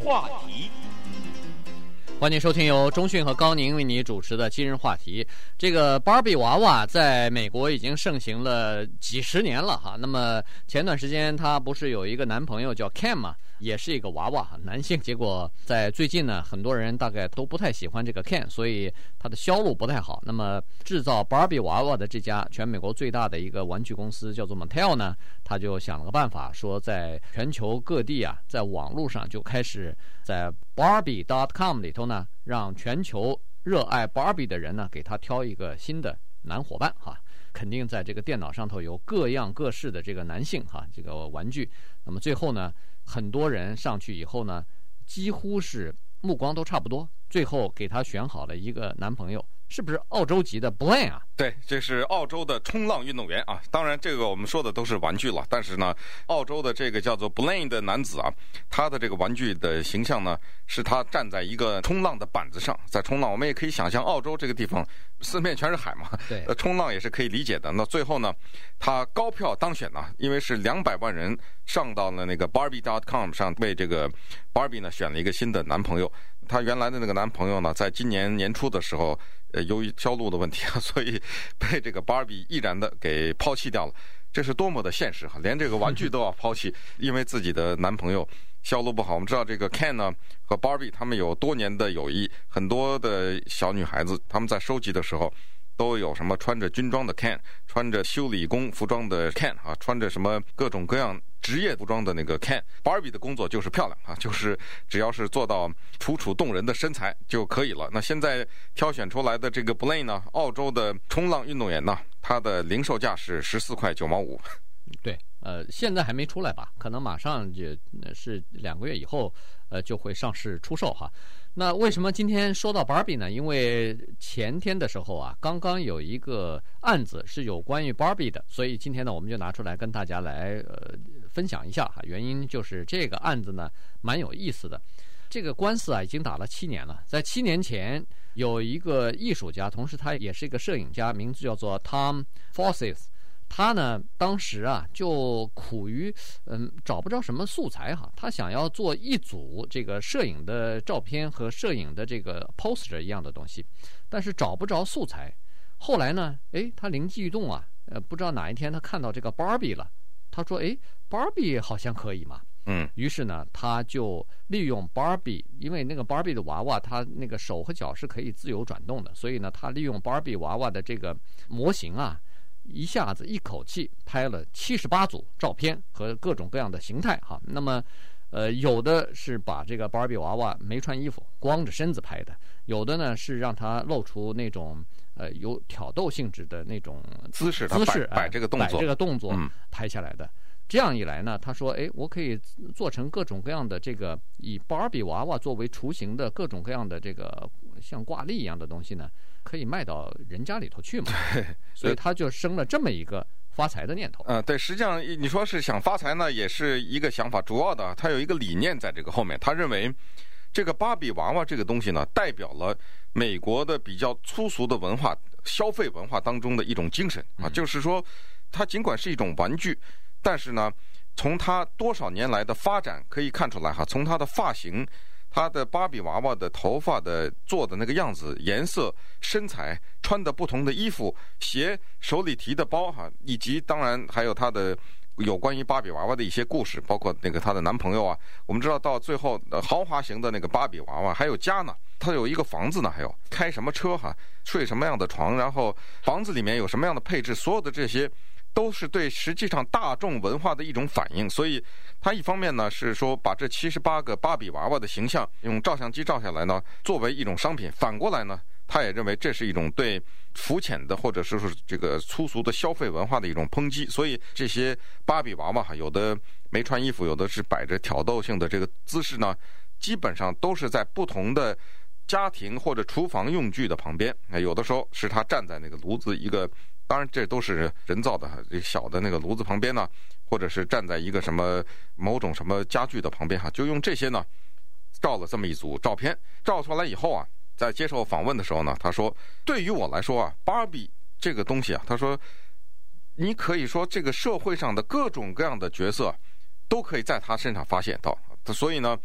话题。 欢迎收听由中讯和高宁为你主持的今日话题。这个芭比娃娃在美国已经盛行了几十年了哈。那么前段时间她不是有一个男朋友叫 Ken 嘛，也是一个娃娃男性。结果在最近呢，很多人大概都不太喜欢这个 Ken， 所以它的销路不太好。那么制造芭比娃娃的这家全美国最大的一个玩具公司叫做 Mattel 呢，他就想了个办法，说在全球各地啊，在网络上就开始在 Barbie.com 里头呢，让全球热爱 Barbie 的人呢，给他挑一个新的男伙伴哈。肯定在这个电脑上头有各样各式的这个男性哈，这个玩具。那么最后呢，很多人上去以后呢，几乎是目光都差不多，最后给他选好了一个男朋友。是不是澳洲籍的 Blaine 啊？ 对，这是澳洲的冲浪运动员啊。当然，这个我们说的都是玩具了，但是呢，澳洲的这个叫做 Blaine 的男子啊，他的这个玩具的形象呢，是他站在一个冲浪的板子上，在冲浪。我们也可以想象，澳洲这个地方四面全是海嘛， 对， 冲浪也是可以理解的。那最后呢，他高票当选呢，因为是200万人上到了那个 Barbie.com 上，为这个 Barbie 呢选了一个新的男朋友。她原来的那个男朋友呢，在今年年初的时候，由于销路的问题啊，所以被这个 Barbie 毅然的给抛弃掉了。这是多么的现实哈！连这个玩具都要抛弃，因为自己的男朋友销路不好。我们知道这个 Ken 呢和 Barbie 他们有多年的友谊，很多的小女孩子他们在收集的时候，都有什么穿着军装的 Ken， 穿着修理工服装的 Ken 啊，穿着什么各种各样职业服装的那个 Ken。Barbie 的工作就是漂亮啊，就是只要是做到楚楚动人的身材就可以了。那现在挑选出来的这个 Blaine 呢，澳洲的冲浪运动员呢，他的零售价是14块9毛5。 对，现在还没出来吧？可能马上就是2个月以后，就会上市出售哈。那为什么今天说到 Barbie 呢？因为前天的时候啊，刚刚有一个案子是有关于 Barbie 的，所以今天呢，我们就拿出来跟大家来分享一下哈。原因就是这个案子呢蛮有意思的。这个官司啊已经打了7年了。在7年前，有一个艺术家，同时他也是一个摄影家，名字叫做 Tom Forsyth。他呢，当时啊就苦于找不着什么素材哈，他想要做一组这个摄影的照片和摄影的这个 poster 一样的东西，但是找不着素材。后来呢，他灵机一动啊，不知道哪一天他看到这个 Barbie 了，他说Barbie 好像可以嘛。于是呢，他就利用 Barbie， 因为那个 Barbie 的娃娃，它那个手和脚是可以自由转动的，所以呢，他利用 Barbie 娃娃的这个模型啊，一下子一口气拍了78组照片和各种各样的形态哈。那么有的是把这个芭比娃娃没穿衣服光着身子拍的，有的呢是让它露出那种有挑逗性质的那种姿势摆这个动作拍下来的。这样一来呢，他说我可以做成各种各样的这个以芭比娃娃作为雏形的各种各样的这个像挂历一样的东西呢，可以卖到人家里头去嘛。所以他就生了这么一个发财的念头。 对，实际上你说是想发财呢，也是一个想法。主要的他有一个理念在这个后面，他认为这个芭比娃娃这个东西呢，代表了美国的比较粗俗的文化、消费文化当中的一种精神啊，就是说它尽管是一种玩具，但是呢，从它多少年来的发展可以看出来哈，从它的发型、它的芭比娃娃的头发的做的那个样子、颜色、身材、穿的不同的衣服、鞋、手里提的包哈，以及当然还有它的有关于芭比娃娃的一些故事，包括那个她的男朋友啊。我们知道到最后豪华型的那个芭比娃娃还有家呢，她有一个房子呢，还有开什么车哈，睡什么样的床，然后房子里面有什么样的配置，所有的这些都是对实际上大众文化的一种反应。所以他一方面呢是说把这78个芭比娃娃的形象用照相机照下来呢，作为一种商品，反过来呢他也认为这是一种对肤浅的或者是这个粗俗的消费文化的一种抨击。所以这些芭比娃娃有的没穿衣服，有的是摆着挑逗性的这个姿势呢，基本上都是在不同的家庭或者厨房用具的旁边，有的时候是他站在那个炉子一个，当然这都是人造的小的那个炉子旁边呢，或者是站在一个什么某种什么家具的旁边哈，就用这些呢照了这么一组照片。照出来以后啊，在接受访问的时候呢，他说对于我来说啊，芭比这个东西啊，他说你可以说这个社会上的各种各样的角色都可以在他身上发现到，所以呢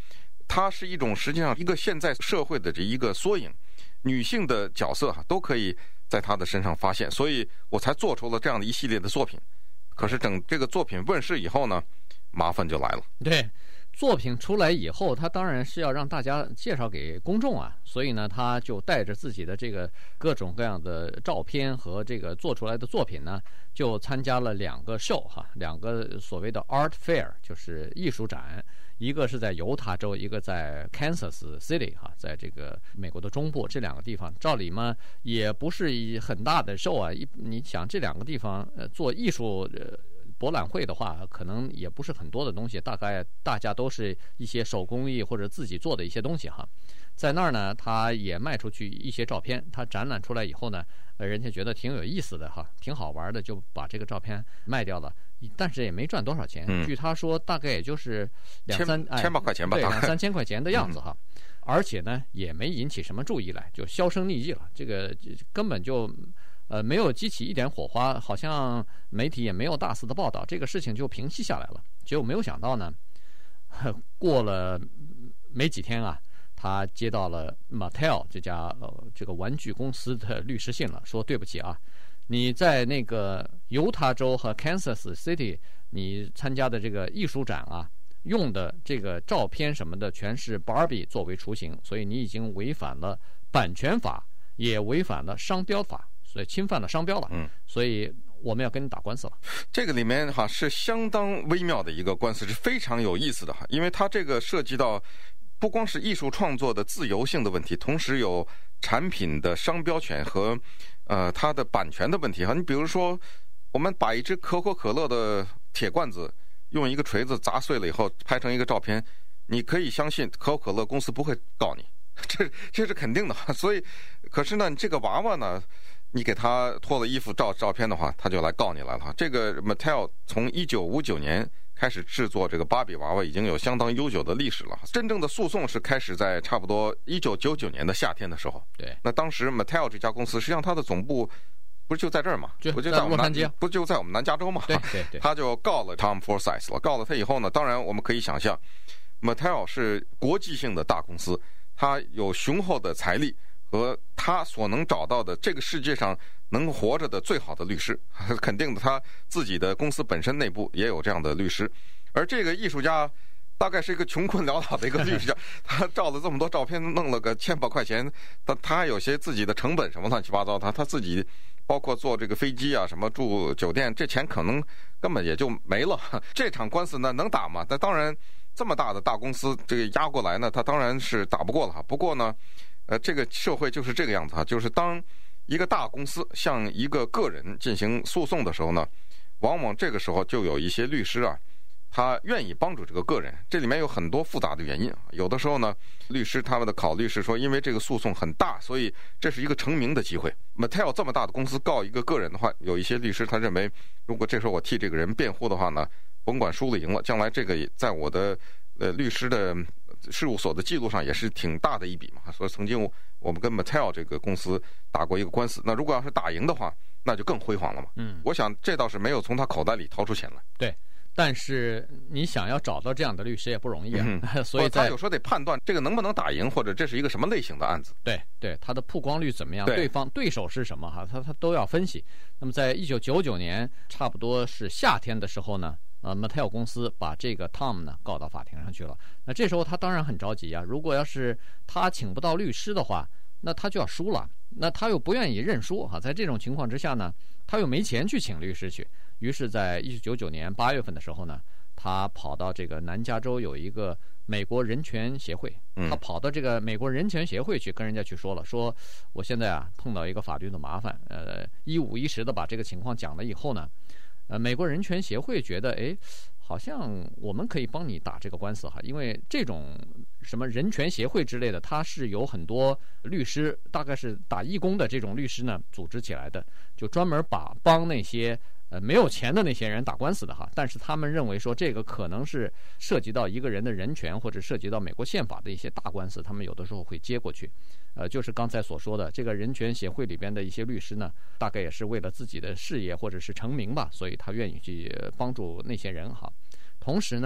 它是一种实际上一个现在社会的这一个缩影，女性的角色都可以在她的身上发现，所以我才做出了这样的一系列的作品。可是等这个作品问世以后呢，麻烦就来了。 对，作品出来以后，他当然是要让大家介绍给公众啊，所以呢，他就带着自己的这个各种各样的照片和这个做出来的作品呢，就参加了2个 show 哈，2个所谓的 art fair， 就是艺术展，一个是在犹他州，一个在 Kansas City 哈，在这个美国的中部，这2个地方，照理嘛也不是很大的 show 啊，你想这2个地方做艺术博览会的话，可能也不是很多的东西，大概大家都是一些手工艺或者自己做的一些东西哈。在那儿呢，他也卖出去一些照片，他展览出来以后呢，人家觉得挺有意思的哈，挺好玩的，就把这个照片卖掉了，但是也没赚多少钱。据他说，大概也就是千把块钱吧， 对，2-3千块钱的样子哈。而且呢，也没引起什么注意来，就销声匿迹了。这个根本就没有激起一点火花，好像媒体也没有大肆的报道，这个事情就平息下来了。结果没有想到呢，过了没几天啊，他接到了 Mattel 这个玩具公司的律师信了，说对不起啊，你在那个犹他州和 Kansas City 你参加的这个艺术展啊，用的这个照片什么的全是 Barbie 作为雏形，所以你已经违反了版权法，也违反了商标法，所以侵犯了商标了。所以我们要跟你打官司了。 这个里面是相当微妙的一个官司，是非常有意思的因为它这个涉及到不光是艺术创作的自由性的问题，同时有产品的商标权和它的版权的问题你比如说，我们把一只可口可乐的铁罐子用一个锤子砸碎了以后拍成一个照片，你可以相信可口可乐公司不会告你，这是肯定的。所以可是呢，这个娃娃呢，你给他脱了衣服照片的话，他就来告你来了。这个 Mattel 从1959年开始制作这个芭比娃娃，已经有相当悠久的历史了。真正的诉讼是开始在差不多1999年的夏天的时候。 对， 那当时 Mattel 这家公司实际上它的总部不是就在这儿吗？不就在我们不就在我们南加州吗？ 对， 他就告了 Tom Forsyth 了。告了他以后呢，当然我们可以想象 ，Mattel 是国际性的大公司，它有雄厚的财力和他所能找到的这个世界上能活着的最好的律师，肯定的，他自己的公司本身内部也有这样的律师。而这个艺术家大概是一个穷困潦倒的一个律师家，他照了这么多照片，弄了个千把块钱，他还有些自己的成本什么乱七八糟，他自己包括坐这个飞机啊，什么住酒店，这钱可能根本也就没了。这场官司呢能打吗？那当然，这么大的大公司这个压过来呢，他当然是打不过了。不过呢，这个社会就是这个样子就是当一个大公司向一个个人进行诉讼的时候呢，往往这个时候就有一些律师他愿意帮助这个个人，这里面有很多复杂的原因。有的时候呢，律师他们的考虑是说，因为这个诉讼很大，所以这是一个成名的机会。Mattel 这么大的公司告一个个人的话，有一些律师他认为，如果这时候我替这个人辩护的话呢，甭管输了赢了，将来这个在我的律师的事务所的记录上也是挺大的一笔嘛。所以曾经我们跟 Mattel 这个公司打过一个官司，那如果要是打赢的话，那就更辉煌了嘛。我想这倒是没有从他口袋里掏出钱来。 对。但是你想要找到这样的律师也不容易所以他有时候得判断这个能不能打赢，或者这是一个什么类型的案子。 对，他的曝光率怎么样，对手是什么他都要分析。那么在1999年差不多是夏天的时候呢，Mattel 公司把这个 Tom 呢告到法庭上去了。那这时候他当然很着急如果要是他请不到律师的话，那他就要输了，那他又不愿意认输在这种情况之下呢，他又没钱去请律师去。于是在1999年8月份的时候呢，他跑到这个南加州有一个美国人权协会，他跑到这个美国人权协会去跟人家去说我现在碰到一个法律的麻烦，一五一十的把这个情况讲了以后呢，美国人权协会觉得好像我们可以帮你打这个官司因为这种什么人权协会之类的，它是有很多律师，大概是打义工的这种律师呢组织起来的，就专门帮那些没有钱的那些人打官司的但是他们认为说这个可能是涉及到一个人的人权，或者涉及到美国宪法的一些大官司，他们有的时候会接过去。就是刚才所说的这个人权协会里边的一些律师呢，大概也是为了自己的事业或者是成名吧，所以他愿意去帮助那些人同时呢，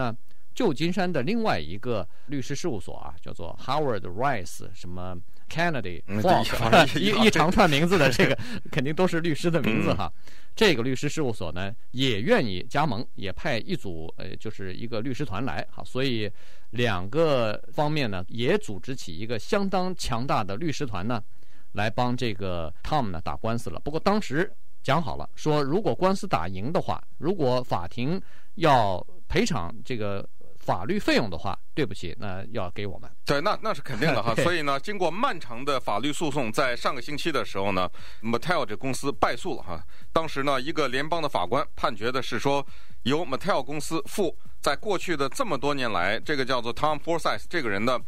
旧金山的另外一个律师事务所啊，叫做 Howard Rice 什么 Kennedy Falk 一长串名字的，这个肯定都是律师的名字哈。这个律师事务所呢也愿意加盟，也派一组就是一个律师团来哈，所以两个方面呢也组织起一个相当强大的律师团呢，来帮这个 Tom 呢打官司了。不过当时讲好了，说如果官司打赢的话，如果法庭要赔偿这个法律费用的话，对不起，那要给我们。 对，那是肯定的哈。所以呢，经过漫长的法律诉讼，在上个星期的时候呢 ，Mattel 这公司败诉了哈。当时呢，一个联邦的法官判决的是说，由 Mattel 公司付在过去的这么多年来，这个叫做 Tom Forsyth 这个人的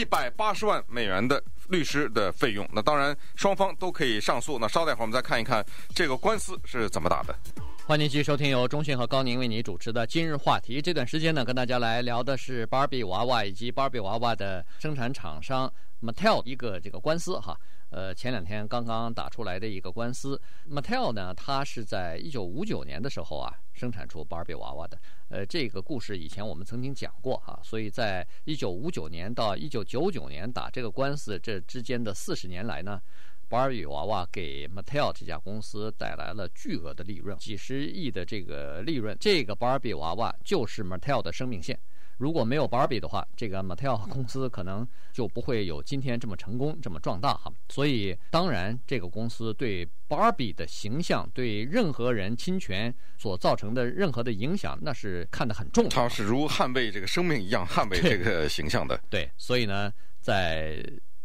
180万美元的律师的费用。那当然，双方都可以上诉。那稍待会儿我们再看一看这个官司是怎么打的。 欢迎继续收听由钟迅和高宁为你主持的今日话题。这段时间呢，跟大家来聊的是 Barbie 娃娃以及 Barbie 娃娃的生产厂商 Mattel 一个这个官司哈。前两天刚刚打出来的一个官司。Mattel 呢，它是在1959年的时候啊，生产出 Barbie 娃娃的。这个故事以前我们曾经讲过哈，所以在1959年到1999年打这个官司这之间的40年来呢，Barbie 娃娃给 Mattel 这家公司带来了巨额的利润，几十亿的这个利润。这个 Barbie 娃娃就是 Mattel 的生命线。如果没有 Barbie 的话，这个 Mattel 公司可能就不会有今天这么成功、这么壮大哈。所以，当然，这个公司对 Barbie 的形象、对任何人侵权所造成的任何的影响，那是看得很重的。 它是如捍卫这个生命一样捍卫这个形象的。 对，所以呢，在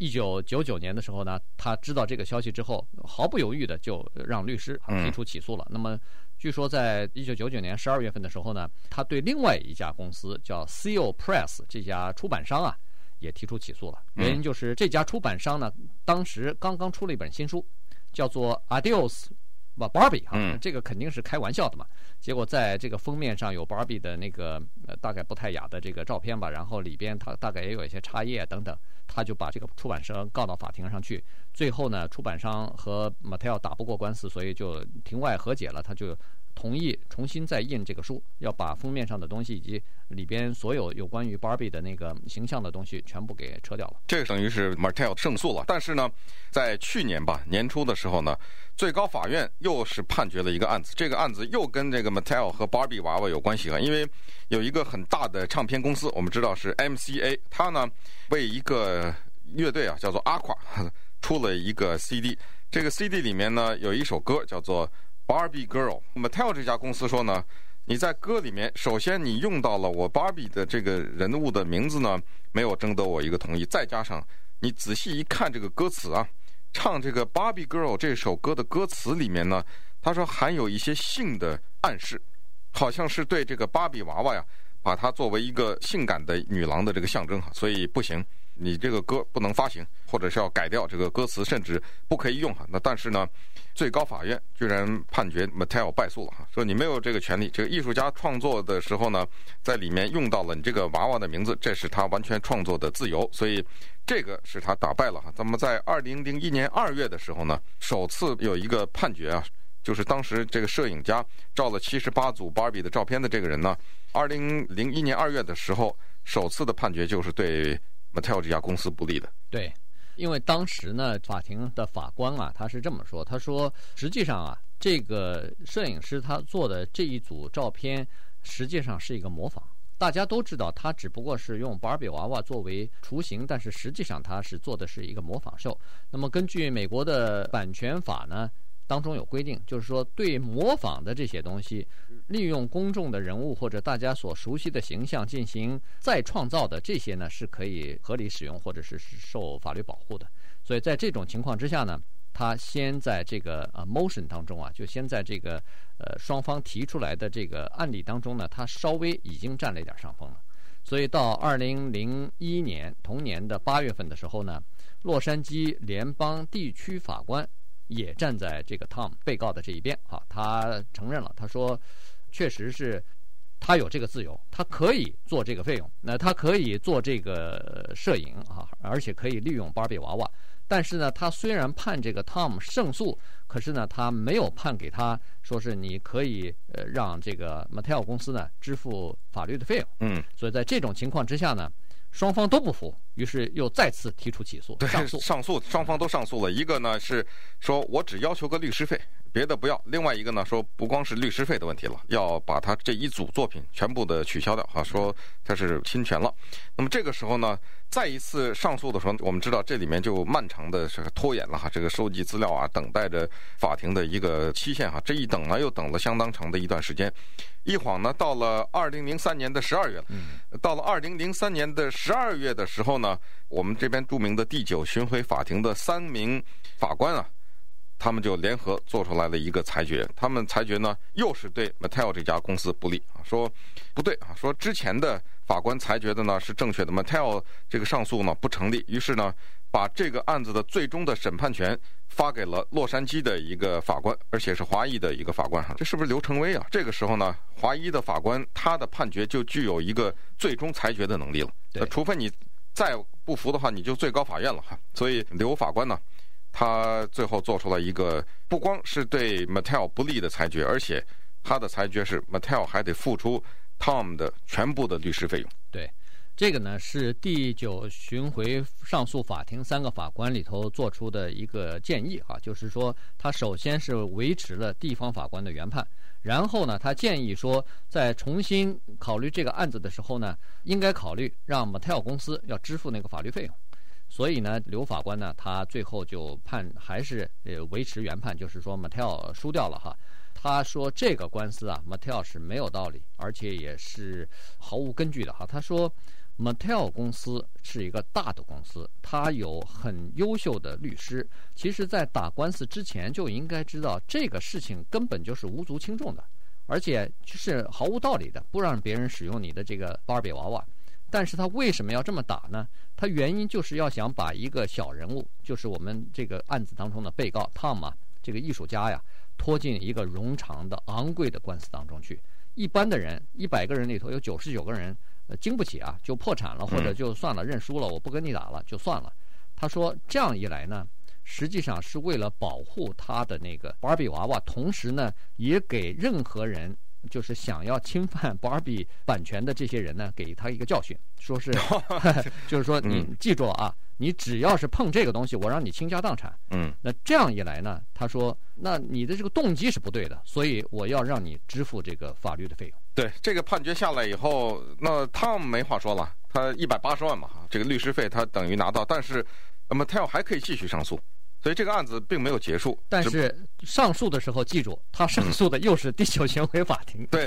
1999年的时候呢，他知道这个消息之后，毫不犹豫的就让律师提出起诉了。那么，据说在1999年12月份的时候呢，他对另外一家公司叫 Seal Press 这家出版商啊，也提出起诉了。原因就是这家出版商呢，当时刚刚出了一本新书，叫做 Adios Barbie 哈，这个肯定是开玩笑的嘛。结果在这个封面上有 Barbie 的那个大概不太雅的这个照片吧，然后里边它大概也有一些插页等等，他就把这个出版社告到法庭上去。最后呢，出版商和 Mattel 打不过官司，所以就庭外和解了，他就同意重新再印这个书，要把封面上的东西以及里边所有有关于 Barbie 的那个形象的东西全部给撤掉了。 这个等于是 Mattel 胜诉了。但是呢，在去年吧年初的时候呢，最高法院又是判决了一个案子，这个案子又跟这个 Mattel 和 Barbie 娃娃有关系啊，因为有一个很大的唱片公司，我们知道是 MCA， 它呢为一个乐队啊叫做 Aqua 出了一个 CD， 这个 CD 里面呢有一首歌叫做 Barbie Girl。Mattel 这家公司说呢，你在歌里面首先你用到了我 Barbie 的这个人物的名字呢，没有征得我一个同意，再加上你仔细一看这个歌词啊，唱这个 Barbie Girl 这首歌的歌词里面呢，他说含有一些性的暗示，好像是对这个芭比娃娃呀，把它作为一个性感的女郎的这个象征，所以不行，你这个歌不能发行，或者是要改掉这个歌词，甚至不可以用哈。那但是呢，最高法院居然判决 Mattel 败诉了哈，说你没有这个权利。这个艺术家创作的时候呢，在里面用到了你这个娃娃的名字，这是他完全创作的自由，所以这个是他打败了哈。那么在2001年2月的时候呢，首次有一个判决啊，就是当时这个摄影家照了78组 Barbie 的照片的这个人呢，2001年2月的时候，首次的判决就是对 Mattel 这家公司不利的。 对，因为当时呢，法庭的法官啊，他是这么说，他说实际上啊，这个摄影师他做的这一组照片实际上是一个模仿。大家都知道，他只不过是用芭比娃娃作为雏形，但是实际上他是做的是一个模仿秀。那么根据美国的版权法呢，当中有规定，就是说对模仿的这些东西，利用公众的人物或者大家所熟悉的形象进行再创造的这些呢，是可以合理使用或者是受法律保护的。所以在这种情况之下呢，他先在这个motion 当中啊，就先在这个双方提出来的这个案例当中呢，他稍微已经占了一点上风了。所以到2001年同年的8月份的时候呢，洛杉矶联邦地区法官也站在这个 Tom 被告的这一边啊，他承认了，他说确实是他有这个自由，他可以做这个费用，那他可以做这个摄影啊，而且可以利用芭比娃娃， 但是呢，他虽然判这个 Tom 胜诉，可是呢，他没有判给他说是你可以让这个 Mattel 公司呢支付法律的费用。所以在这种情况之下呢，双方都不服，于是又再次提出起诉， 上诉，双方都上诉了。一个呢是说我只要求个律师费，别的不要；另外一个呢说不光是律师费的问题了，要把他这一组作品全部的取消掉啊，说他是侵权了。那么这个时候呢，再一次上诉的时候，我们知道这里面就漫长的拖延了哈，这个收集资料啊，等待着法庭的一个期限哈，这一等呢又等了相当长的一段时间。一晃呢，到了2003年的12月了。到了2003年的12月的时候呢，我们这边著名的第9巡回法庭的3名法官啊，他们就联合做出来了一个裁决。他们裁决呢，又是对 Mattel 这家公司不利啊，说不对啊，说之前的法官裁决的呢是正确的 ，Mattel 这个上诉呢不成立。于是呢，把这个案子的最终的审判权发给了洛杉矶的一个法官，而且是华裔的一个法官哈，这是不是刘成威啊？这个时候呢，华裔的法官他的判决就具有一个最终裁决的能力了。除非你再不服的话，你就最高法院了哈。所以刘法官呢，他最后做出了一个不光是对 Mattel 不利的裁决，而且他的裁决是 Mattel 还得付出 Tom 的全部的律师费用。 对。这个呢是第9巡回上诉法庭3个法官里头做出的一个建议啊，就是说他首先是维持了地方法官的原判，然后呢他建议说在重新考虑这个案子的时候呢，应该考虑让 Mattel 公司要支付那个法律费用。所以呢，刘法官呢他最后就判还是维持原判，就是说 Mattel 输掉了哈。他说这个官司啊 Mattel 是没有道理，而且也是毫无根据的哈。他说Mattel 公司是一个大的公司，它有很优秀的律师。其实在打官司之前就应该知道这个事情根本就是无足轻重的，而且是毫无道理的，不让别人使用你的这个芭比娃娃。但是他为什么要这么打呢？他原因就是要想把一个小人物，就是我们这个案子当中的被告 Tom 啊，这个艺术家呀，拖进一个冗长的昂贵的官司当中去。一般的人100个人里头有99个人经不起啊，就破产了，或者就算了，认输了，我不跟你打了，就算了。他说这样一来呢，实际上是为了保护他的那个芭比娃娃，同时呢，也给任何人就是想要侵犯芭比版权的这些人呢，给他一个教训，说是就是说你记住了啊，你只要是碰这个东西，我让你倾家荡产。那这样一来呢，他说那你的这个动机是不对的，所以我要让你支付这个法律的费用。 对，这个判决下来以后，那Tom没话说了，他180万嘛，这个律师费他等于拿到，但是Mattel还可以继续上诉。所以这个案子并没有结束， 但是上诉的时候记住，他上诉的又是第9巡回法庭。 对，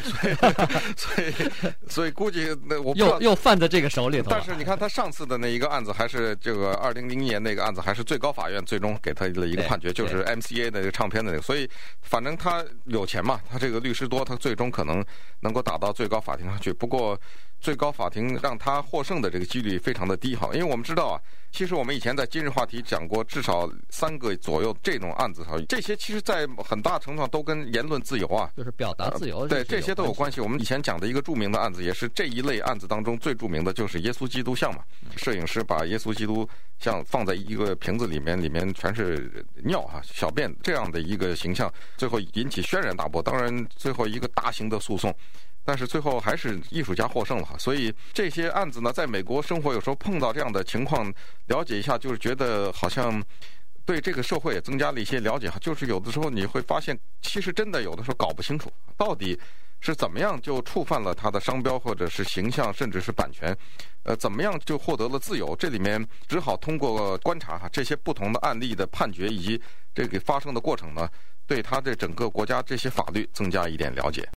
所以估计我又犯在这个手里头了。 但是你看他上次的那一个案子，还是这个2001年那个案子，还是最高法院最终给他的一个判决，就是 MCA 的这个唱片的那个。所以反正他有钱嘛，他这个律师多，他最终可能够打到最高法庭上去。不过最高法庭让他获胜的这个几率非常的低哈，因为我们知道啊，其实我们以前在今日话题讲过至少3个左右这种案子哈，这些其实在很大程度上都跟言论自由啊， 就是表达自由， 对这些都有关系。我们以前讲的一个著名的案子，也是这一类案子当中最著名的，就是耶稣基督像嘛。摄影师把耶稣基督像放在一个瓶子里面全是尿哈、小便这样的一个形象，最后引起轩然大波。当然，最后一个大型的诉讼。但是最后还是艺术家获胜了，所以这些案子呢，在美国生活有时候碰到这样的情况，了解一下，就是觉得好像对这个社会也增加了一些了解。就是有的时候你会发现，其实真的有的时候搞不清楚，到底是怎么样就触犯了他的商标或者是形象，甚至是版权，怎么样就获得了自由？这里面只好通过观察这些不同的案例的判决以及这个发生的过程呢，对他的整个国家这些法律增加一点了解。